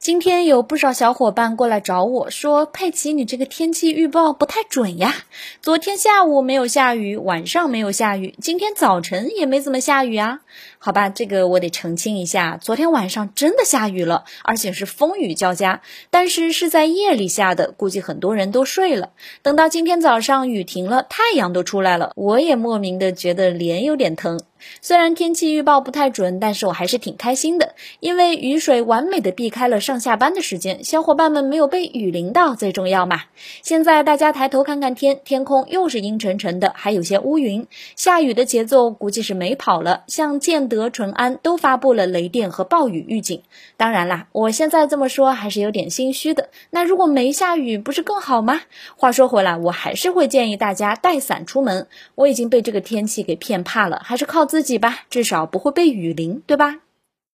今天有不少小伙伴过来找我说，佩奇，你这个天气预报不太准呀。昨天下午没有下雨，晚上没有下雨，今天早晨也没怎么下雨啊。好吧，这个我得澄清一下，昨天晚上真的下雨了，而且是风雨交加，但是在夜里下的，估计很多人都睡了。等到今天早上雨停了，太阳都出来了，我也莫名的觉得脸有点疼。虽然天气预报不太准，但是我还是挺开心的，因为雨水完美的避开了上下班的时间，小伙伴们没有被雨淋到最重要嘛。现在大家抬头看看天，天空又是阴沉沉的，还有些乌云，下雨的节奏估计是没跑了，像建德、淳安都发布了雷电和暴雨预警。当然啦，我现在这么说还是有点心虚的，那如果没下雨不是更好吗？话说回来，我还是会建议大家带伞出门，我已经被这个天气给骗怕了，还是靠自己吧，至少不会被雨淋，对吧？